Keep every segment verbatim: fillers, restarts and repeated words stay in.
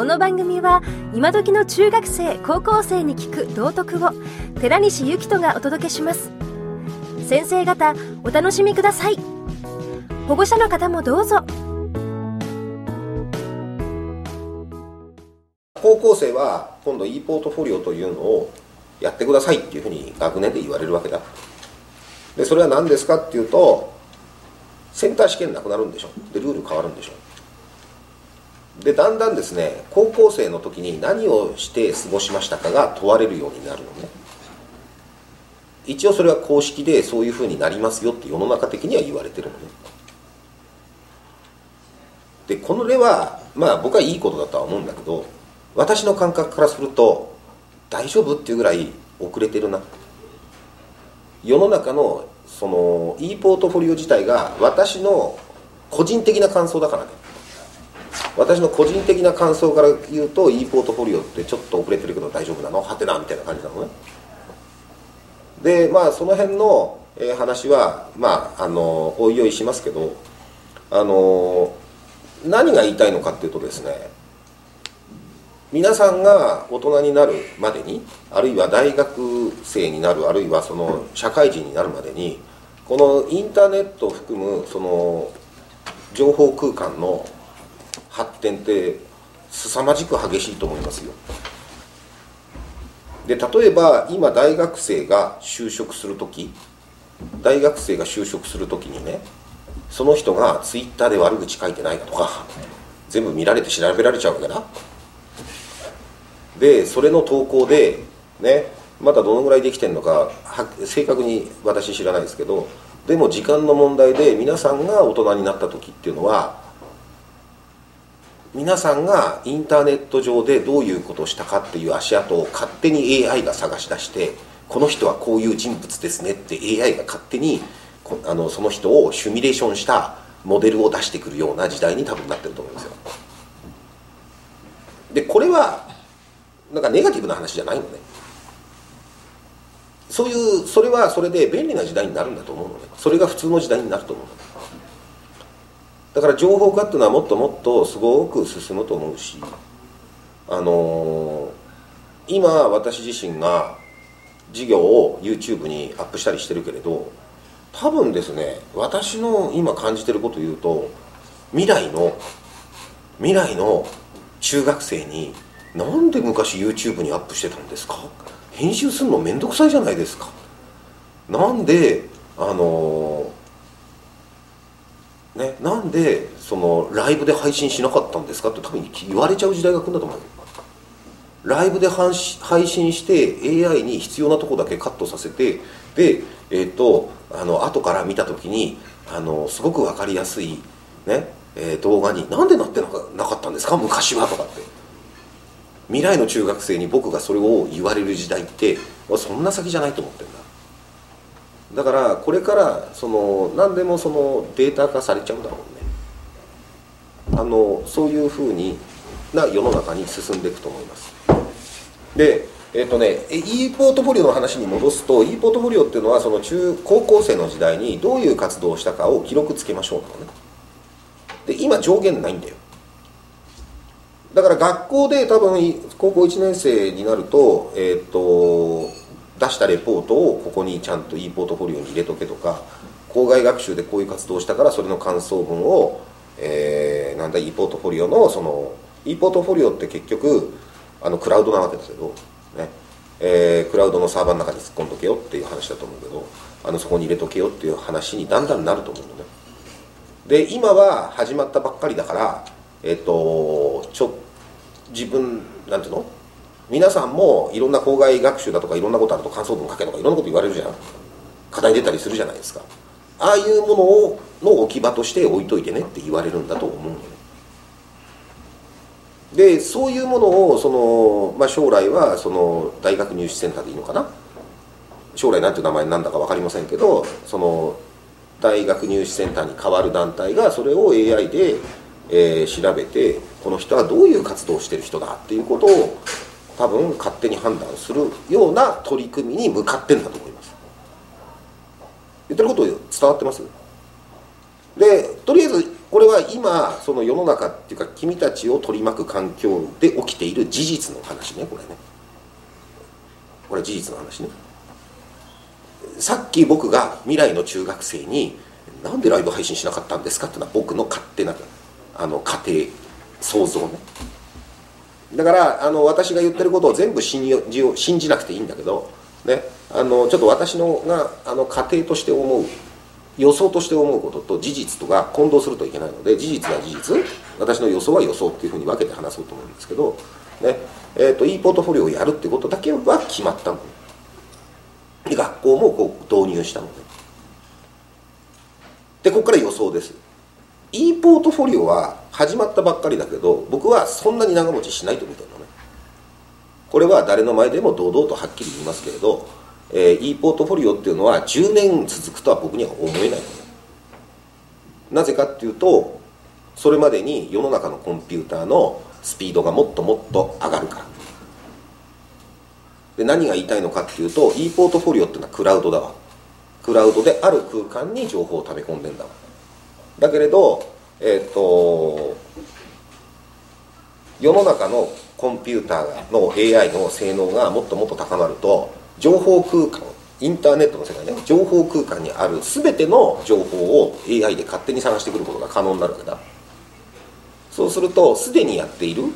この番組は今時の中学生高校生に聞く道徳を寺西幸人がお届けします。先生方お楽しみください。保護者の方もどうぞ。 高校生は今度 e ポートフォリオというのをやってくださいっていうふうに学年で言われるわけだ。でそれは何ですかっていうと、センター試験なくなるんでしょ。でルール変わるんでしょ。でだんだんですね、高校生の時に何をして過ごしましたかが問われるようになるのね。一応それは公式でそういうふうになりますよって世の中的には言われてるのね。でこれはまあ僕はいいことだとは思うんだけど、私の感覚からすると大丈夫っていうぐらい遅れてるな。世の中のその e ポートフォリオ自体が私の個人的な感想だからね。私の個人的な感想から言うと e ポートフォリオってちょっと遅れてるけど大丈夫なのはてなみたいな感じなのね。でまあその辺の、えー、話はまああのおいおいしますけど、あの何が言いたいのかっていうとですね、皆さんが大人になるまでに、あるいは大学生になる、あるいはその社会人になるまでに、このインターネットを含むその情報空間の発展って凄まじく激しいと思いますよ。で例えば今大学生が就職するとき、大学生が就職するときにね、その人がツイッターで悪口書いてないかとか全部見られて調べられちゃうわけだ。でそれの投稿でね、まだどのぐらいできてるのか正確に私知らないですけど、でも時間の問題で皆さんが大人になった時っていうのは、皆さんがインターネット上でどういうことをしたかっていう足跡を勝手に エーアイ が探し出して、この人はこういう人物ですねって エーアイ が勝手にあのその人をシミュレーションしたモデルを出してくるような時代に多分なってると思いますよ。でこれはなんかネガティブな話じゃないのね。そういうそれはそれで便利な時代になるんだと思うのね。それが普通の時代になると思うの。だから情報化っていうのはもっともっとすごく進むと思うし、あのー、今私自身が授業を YouTube にアップしたりしてるけれど、多分ですね、私の今感じてることを言うと、未来の未来の中学生になんで昔 YouTube にアップしてたんですか、編集するのめんどくさいじゃないですか、なんであのねなんでそのライブで配信しなかったんですかって多分言われちゃう時代が来るんだと思うよ。ライブで配信して エーアイ に必要なとこだけカットさせて、でえっとあの後から見た時にあのすごく分かりやすいね、えー、動画になんでなってなかったんですか昔はとかって、未来の中学生に僕がそれを言われる時代ってそんな先じゃないと思ってるんだ。だからこれからその何でもそのデータ化されちゃうんだろうね。あのそういうふうにな世の中に進んでいくと思います。でえっとね e ポートフォリオの話に戻すと、 e ポートフォリオっていうのはその中高校生の時代にどういう活動をしたかを記録つけましょうなのね。で今上限ないんだよ。だから学校で多分高校いちねん生になると、えー、と出したレポートをここにちゃんと e ポートフォリオに入れとけとか、校外学習でこういう活動をしたからそれの感想文を、えー、なんだ e ポートフォリオのその e ポートフォリオって結局あのクラウドなわけだけど、ねえー、クラウドのサーバーの中に突っ込んどけよっていう話だと思うけど、あのそこに入れとけよっていう話にだんだんなると思うのね。で今は始まったばっかりだから、えっとちょ自分なんていうの、皆さんもいろんな校外学習だとかいろんなことあると感想文書けとかいろんなこと言われるじゃん。課題出たりするじゃないですか。ああいうものをの置き場として置いといてねって言われるんだと思うのね。でそういうものをその、まあ、将来はその大学入試センターでいいのかな、将来なんていう名前なんだか分かりませんけど、その大学入試センターに代わる団体がそれを エーアイ で、えー、調べて、この人はどういう活動をしてる人だっていうことを多分勝手に判断するような取り組みに向かってるんだと思います。言ってること伝わってます？でとりあえずこれはは今その世の中っていうか君たちを取り巻く環境で起きている事実の話ね。これねこれは事実の話ね。さっき僕が未来の中学生になんでライブ配信しなかったんですかっていうのは僕の勝手なあの家庭想像ね。だからあの私が言ってることを全部信じを信じなくていいんだけど、ね、あのちょっと私のがあの家庭として思う予想として思うことと事実とが混同するといけないので、事実は事実、私の予想は予想っていうふうに分けて話そうと思うんですけど、ねえー、と e ポートフォリオをやるってことだけは決まったので、学校もこう導入したのね。でここから予想です。 e ポートフォリオは始まったばっかりだけど、僕はそんなに長持ちしないと見てるのね。これは誰の前でも堂々とはっきり言いますけれど、えー、e ポートフォリオっていうのはじゅうねん続くとは僕には思えないのね。なぜかっていうと、それまでに世の中のコンピューターのスピードがもっともっと上がるから。で何が言いたいのかっていうと、 e ポートフォリオっていうのはクラウドだわ。クラウドである空間に情報を溜め込んでんだわ。だけれど、えー、と世の中のコンピューターの エーアイ の性能がもっともっと高まると、情報空間、インターネットの世界ね、情報空間にある全ての情報を エーアイ で勝手に探してくることが可能になるわけだ。そうするとすでにやっている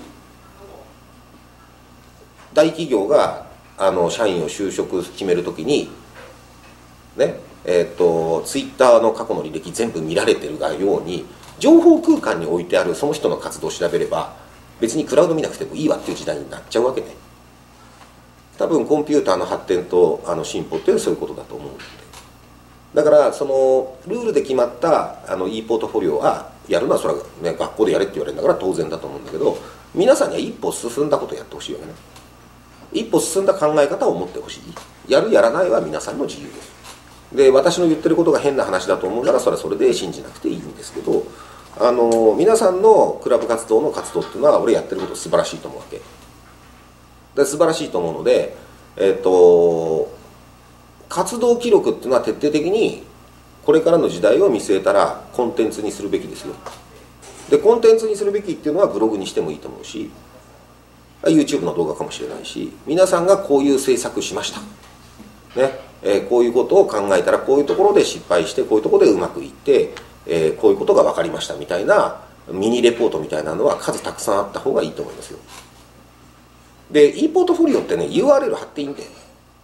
大企業があの社員を就職決めるときにね、えー、とツイッターの過去の履歴全部見られてるがように、情報空間に置いてあるその人の活動を調べれば別にクラウド見なくてもいいわっていう時代になっちゃうわけね。多分コンピューターの発展とあの進歩っていうのはそういうことだと思うので、だからそのルールで決まったあの e ポートフォリオはやるのはそれは、ね、学校でやれって言われるんだから当然だと思うんだけど、皆さんには一歩進んだことをやってほしいわけね。一歩進んだ考え方を持ってほしい。やるやらないは皆さんの自由です。で私の言ってることが変な話だと思うならそれはそれで信じなくていいんですけど、あの皆さんのクラブ活動の活動っていうのは俺やってること素晴らしいと思うわけで、素晴らしいと思うので、えっと活動記録っていうのは徹底的にこれからの時代を見据えたらコンテンツにするべきですよ。でコンテンツにするべきっていうのはブログにしてもいいと思うし、 YouTube の動画かもしれないし、皆さんがこういう制作しましたね、えー、こういうことを考えたらこういうところで失敗して、こういうところでうまくいって、えー、こういうことが分かりましたみたいなミニレポートみたいなのは数たくさんあった方がいいと思いますよ。で e ポートフォリオってね ユーアールエル 貼っていいんだよ。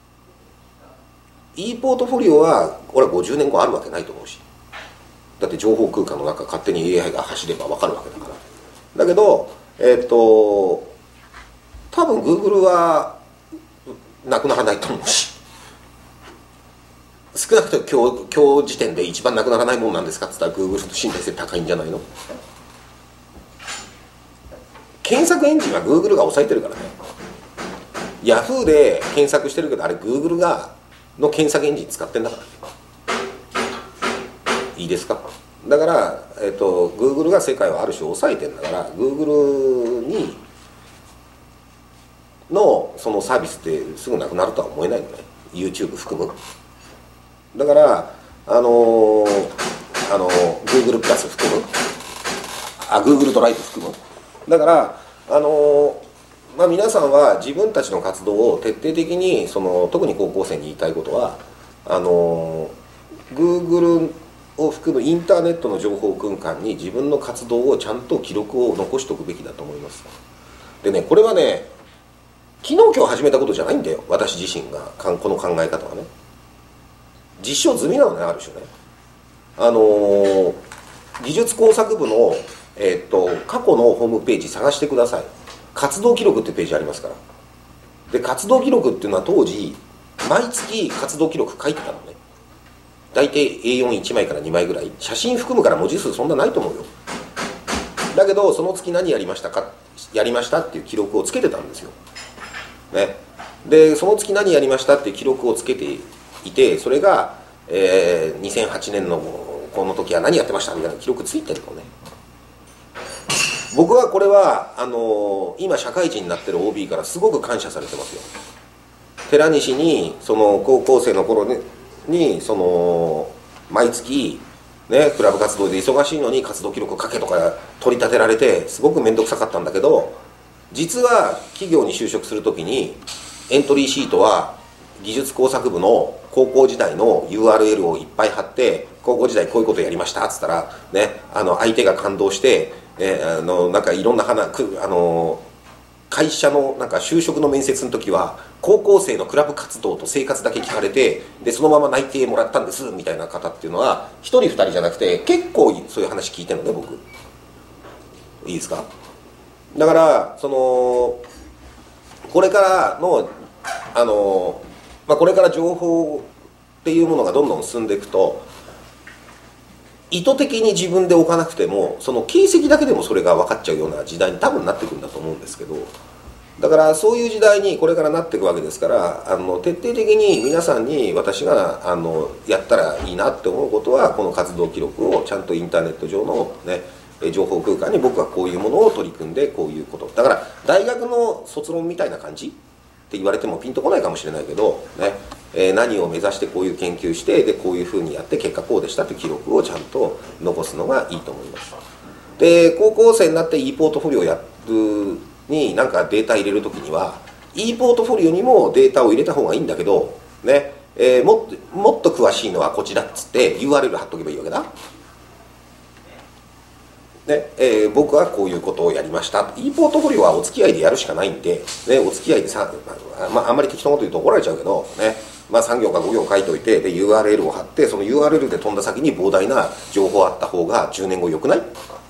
e ポートフォリオは俺はごじゅうねんごあるわけないと思うし、だって情報空間の中勝手に エーアイ が走れば分かるわけだから。だけどえっと多分 Google はなくならないと思うし、少なくとも今日、今日時点で一番なくならないものなんですかって言ったら Google と信頼性高いんじゃないの。検索エンジンは Google が抑えてるからね。Yahoo で検索してるけどあれ Google がの検索エンジン使ってんだからね。いいですか。だから、えっと、Google が世界をある種抑えてんだから Google にのそのサービスってすぐなくなるとは思えないのね。 YouTube 含む。だからあのー、あのー、Google プラス含む、あ Google ドライブ含む。だからあのー、まあ皆さんは自分たちの活動を徹底的にその特に高校生に言いたいことはあのー、Google を含むインターネットの情報空間に自分の活動をちゃんと記録を残しておくべきだと思います。でね、これはね昨日今日始めたことじゃないんだよ。私自身がこの考え方はね実証済みなのね、ある種ね。あのー、技術工作部の、えー、っと過去のホームページ探してください。活動記録っていうページありますから。で活動記録っていうのは当時毎月活動記録書いてたのね。大体 エーよんいち 枚からにまいぐらい、写真含むから文字数そんなないと思うよ。だけどその月何やりましたか、やりましたっていう記録をつけてたんですよ、ね、でその月何やりましたっていう記録をつけていて、それが、えー、にせんはちねんのこの時は何やってましたみたいな記録ついてるのね。僕はこれはあのー、今社会人になってる オービー からすごく感謝されてますよ。寺西にその高校生の頃に、にその毎月ね、クラブ活動で忙しいのに活動記録書けとか取り立てられてすごく面倒くさかったんだけど、実は企業に就職するときにエントリーシートは技術工作部の高校時代の ユーアールエル をいっぱい貼って、高校時代こういうことやりましたっつったら、ね、あの相手が感動して、えー、あのなんかいろんな話くあの会社のなんか就職の面接の時は高校生のクラブ活動と生活だけ聞かれて、でそのまま内定もらったんですみたいな方っていうのはひとりふたりじゃなくて結構そういう話聞いてるのね、僕。いいですか。だからそのこれからのあの、まあ、これから情報っていうものがどんどん進んでいくと、意図的に自分で置かなくてもその形跡だけでもそれが分かっちゃうような時代に多分なっていくんだと思うんですけど、だからそういう時代にこれからなっていくわけですから、あの徹底的に皆さんに私があのやったらいいなって思うことは、この活動記録をちゃんとインターネット上のね情報空間に僕はこういうものを取り組んで、こういうことだから大学の卒論みたいな感じって言われてもピンとこないかもしれないけどね、えー、何を目指してこういう研究して、でこういうふうにやって結果こうでしたという記録をちゃんと残すのがいいと思います。で高校生になって e ポートフォリオをやるに何かデータ入れるときには e ポートフォリオにもデータを入れた方がいいんだけどね、えー、もっともっと詳しいのはこちらっつって ユーアールエル 貼っとけばいいわけだ。ねえー、僕はこういうことをやりました。 e ポートフォリオはお付き合いでやるしかないんで、ね、お付き合いでさ、まあ、あんまり適当なこと言うと怒られちゃうけど、ねまあ、さん行かご行書いといて、で ユーアールエル を貼って、その ユーアールエル で飛んだ先に膨大な情報あった方がじゅうねんごよくない？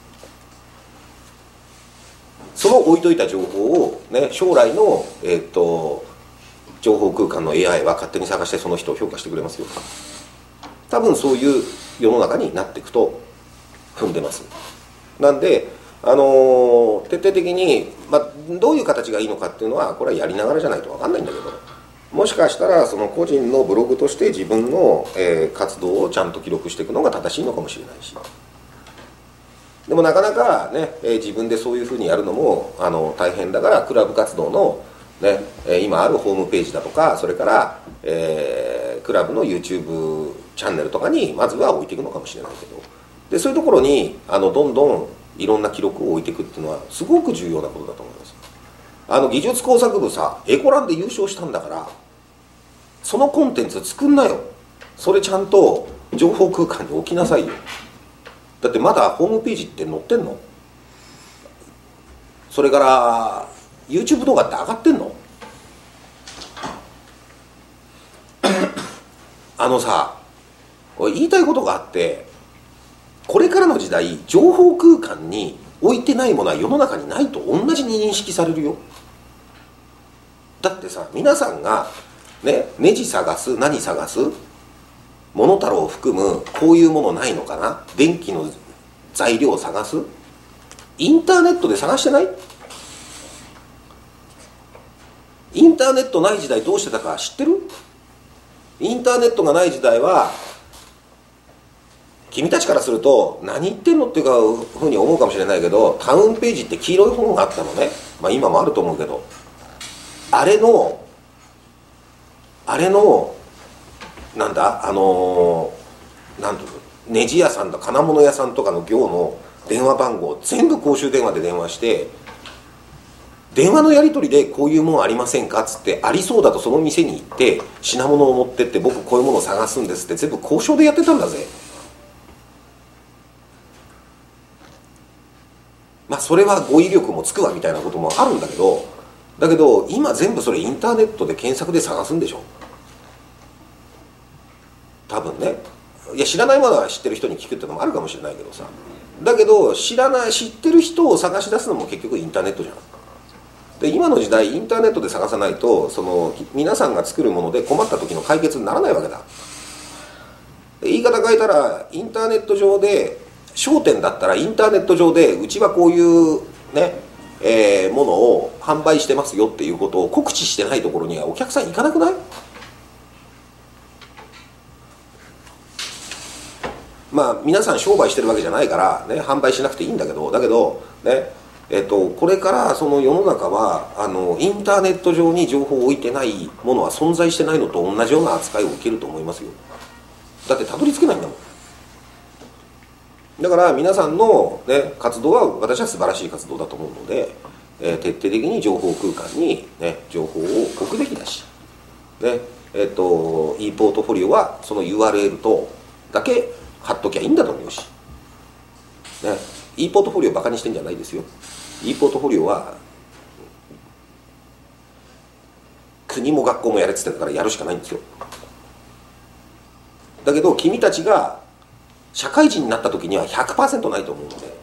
その置いといた情報を、ね、将来の、えー、っと情報空間の エーアイ は勝手に探してその人を評価してくれますよ。多分そういう世の中になっていくと踏んでます。なんで、あのー、徹底的に、まあ、どういう形がいいのかっていうのはこれはやりながらじゃないと分かんないんだけど、もしかしたらその個人のブログとして自分の、えー、活動をちゃんと記録していくのが正しいのかもしれないし、でもなかなかね、えー、自分でそういうふうにやるのもあの大変だから、クラブ活動の、ねえー、今あるホームページだとか、それから、えー、クラブの YouTube チャンネルとかにまずは置いていくのかもしれないけど、でそういうところにあのどんどんいろんな記録を置いていくっていうのはすごく重要なことだと思います。あの技術工作部さ、エコランで優勝したんだから、そのコンテンツ作んなよ。それちゃんと情報空間に置きなさいよ。だってまだホームページって載ってんの？それから YouTube 動画って上がってんの？あのさ、言いたいことがあって、これからの時代情報空間に置いてないものは世の中にないと同じに認識されるよ。だってさ、皆さんがね、ネジ探す、何探す、モノタロウを含むこういうものないのかな、電気の材料を探す、インターネットで探してない？インターネットない時代どうしてたか知ってる？インターネットがない時代は君たちからすると何言ってんのっていうかふうに思うかもしれないけど、タウンページって黄色い本があったのね。まあ今もあると思うけど、あれのあれのなんだあのー、なんていうの、ネジ屋さんと金物屋さんとかの業の電話番号全部公衆電話で電話して、電話のやり取りでこういうものありませんかっつって、ありそうだとその店に行って品物を持ってって、僕こういうものを探すんですって全部交渉でやってたんだぜ。まあそれは語彙力もつくわみたいなこともあるんだけど、だけど今全部それインターネットで検索で探すんでしょ多分ね。いや知らないものは知ってる人に聞くってのもあるかもしれないけどさ、だけど知らない知ってる人を探し出すのも結局インターネットじゃん。で今の時代インターネットで探さないと、その皆さんが作るもので困った時の解決にならないわけだ。言い方変えたら、インターネット上で商店だったらインターネット上でうちはこういうね、えー、ものを販売してますよっていうことを告知してないところにはお客さん行かなくない？まあ皆さん商売してるわけじゃないからね、販売しなくていいんだけど、だけどね、えっとこれからその世の中はあのインターネット上に情報を置いてないものは存在してないのと同じような扱いを受けると思いますよ。だってたどり着けないんだもん。 だから皆さんの、ね、活動は私は素晴らしい活動だと思うので、えー、徹底的に情報空間に、ね、情報を置くべきだし、ねえー、と e ポートフォリオはその ユーアールエル とだけ貼っときゃいいんだと思うし、ね、e ポートフォリオバカにしてんじゃないですよ。 e ポートフォリオは国も学校もやれっつってんだからやるしかないんですよ。だけど君たちが社会人になった時には ひゃくパーセント ないと思うので、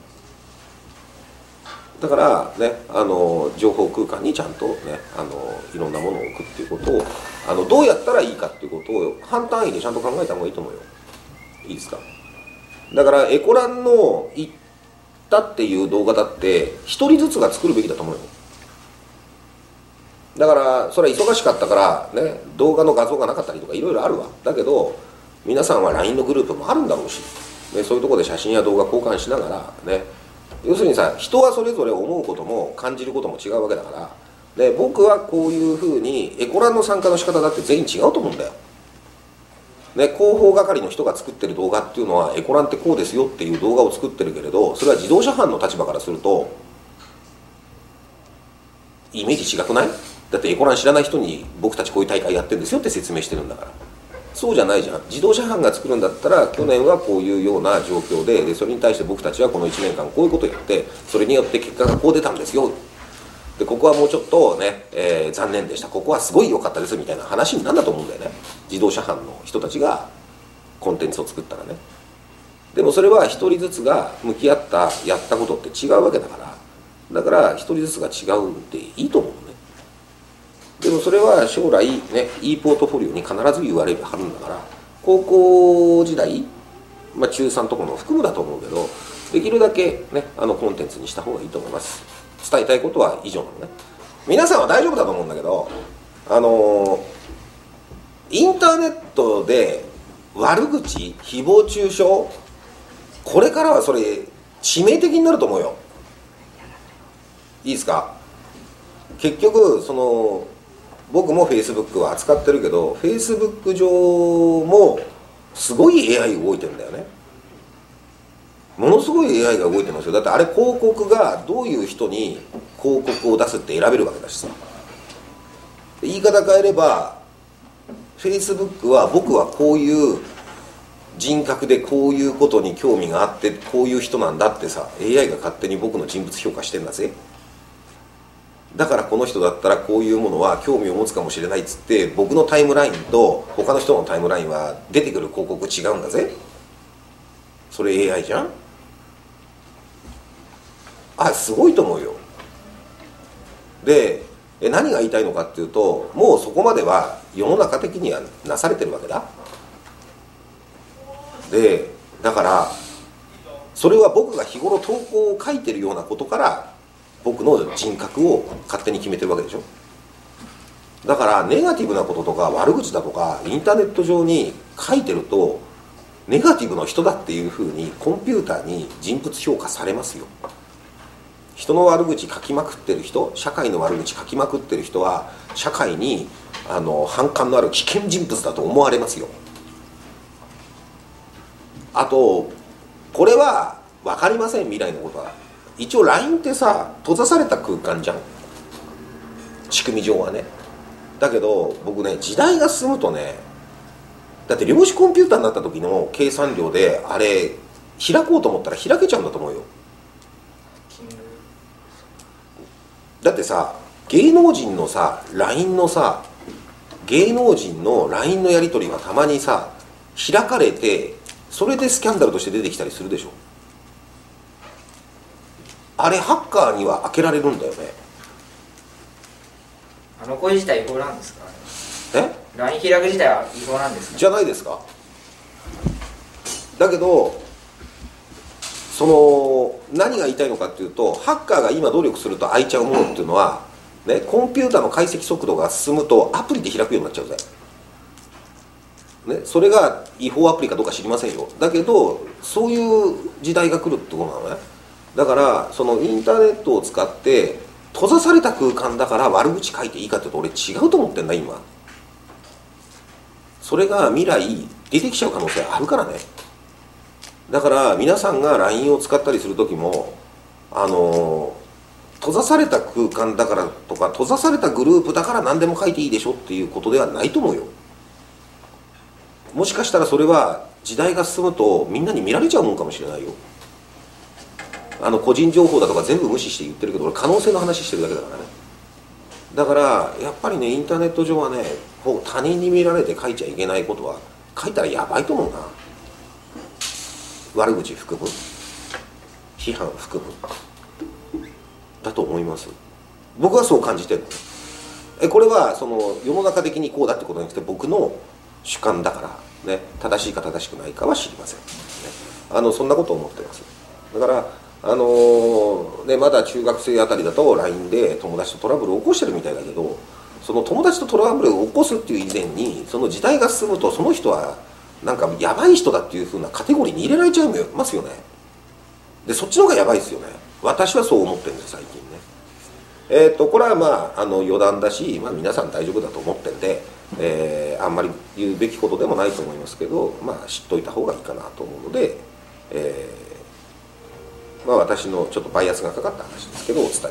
だからね、あの情報空間にちゃんとね、あのいろんなものを置くっていうことを、あのどうやったらいいかっていうことを半単位でちゃんと考えた方がいいと思うよ。いいですか。だからエコランの行ったっていう動画だって一人ずつが作るべきだと思うよ。だからそれは忙しかったからね、動画の画像がなかったりとかいろいろあるわ。だけど皆さんは ライン のグループもあるんだろうし、ね、そういうところで写真や動画交換しながらね、要するにさ、人はそれぞれ思うことも感じることも違うわけだから、で僕はこういうふうにエコランの参加の仕方だって全員違うと思うんだよ、ね、広報係の人が作ってる動画っていうのはエコランってこうですよっていう動画を作ってるけれど、それは自動車班の立場からするとイメージ違くない？だってエコラン知らない人に僕たちこういう大会やってるんですよって説明してるんだから。そうじゃないじゃん。自動車班が作るんだったら去年はこういうような状況 で, でそれに対して僕たちはこのいちねんかんこういうことをやって、それによって結果がこう出たんですよ、でここはもうちょっとね、えー、残念でした、ここはすごい良かったですみたいな話になるんだと思うんだよね、自動車班の人たちがコンテンツを作ったらね。でもそれは一人ずつが向き合ったやったことって違うわけだから、だから一人ずつが違うんでいいと思うね。でもそれは将来ね、e ポートフォリオに必ず言われるはるんだから、高校時代、まあ、中さんとかも含むだと思うけど、できるだけね、あのコンテンツにした方がいいと思います。伝えたいことは以上なのね。皆さんは大丈夫だと思うんだけど、あのインターネットで悪口、誹謗中傷、これからはそれ致命的になると思うよ。いいですか。結局その僕も Facebook は扱ってるけど、 Facebook 上もすごい エーアイ 動いてるんだよね。ものすごい エーアイ が動いてるんですよ。だってあれ広告がどういう人に広告を出すって選べるわけだしさ。言い方変えれば Facebook は僕はこういう人格でこういうことに興味があってこういう人なんだってさ、 エーアイ が勝手に僕の人物評価してんだぜ。だからこの人だったらこういうものは興味を持つかもしれないっつって、僕のタイムラインと他の人のタイムラインは出てくる広告違うんだぜ。それ エーアイ じゃん。あ、すごいと思うよ。でえ何が言いたいのかっていうと、もうそこまでは世の中的にはなされてるわけだ。でだからそれは僕が日頃投稿を書いてるようなことから僕の人格を勝手に決めてるわけでしょ。だからネガティブなこととか悪口だとかインターネット上に書いてると、ネガティブな人だっていうふうにコンピューターに人物評価されますよ。人の悪口書きまくってる人、社会の悪口書きまくってる人は社会にあの反感のある危険人物だと思われますよ。あとこれは分かりません、未来のことは。一応 ライン ってさ、閉ざされた空間じゃん、仕組み上はね。だけど僕ね、時代が進むとね、だって量子コンピューターになった時の計算量であれ開こうと思ったら開けちゃうんだと思うよ。だってさ、芸能人のさ ライン のさ、芸能人の ライン のやり取りがたまにさ開かれて、それでスキャンダルとして出てきたりするでしょ。あれハッカーには開けられるんだよね。 あの声自体違法なんですか。 えライン 開く自体は違法なんですか。 じゃないですか。だけどその何が言いたいのかっていうと、ハッカーが今努力すると開いちゃうものっていうのは、ね、コンピューターの解析速度が進むとアプリで開くようになっちゃうぜ、ね、それが違法アプリかどうか知りませんよ。だけどそういう時代が来るってことなのね。だからそのインターネットを使って閉ざされた空間だから悪口書いていいかっていうと俺違うと思ってんだ今。それが未来出てきちゃう可能性あるからね。 だから皆さんが ライン を使ったりする時もあの閉ざされた空間だからとか閉ざされたグループだから何でも書いていいでしょっていうことではないと思うよ。もしかしたらそれは時代が進むとみんなに見られちゃうもんかもしれないよ。あの個人情報だとか全部無視して言ってるけど俺可能性の話してるだけだからね。だからやっぱりねインターネット上はね他人に見られて書いちゃいけないことは書いたらやばいと思うな。悪口含む批判含むだと思います。僕はそう感じてるの。えこれはその世の中的にこうだってことじゃなくて僕の主観だからね、正しいか正しくないかは知りません、ね、あのそんなことを思ってます。だからあのーね、まだ中学生あたりだと ライン で友達とトラブルを起こしてるみたいだけど、その友達とトラブルを起こすっていう以前にその時代が進むとその人はなんかやばい人だっていう風なカテゴリーに入れられちゃいますよね。でそっちの方がやばいですよね。私はそう思ってるんです最近ね。えー、とこれはまああの余談だし、まあ、皆さん大丈夫だと思ってるんで、えー、あんまり言うべきことでもないと思いますけど、まあ、知っといた方がいいかなと思うので、えーまあ、私のちょっとバイアスがかかった話ですけどお伝え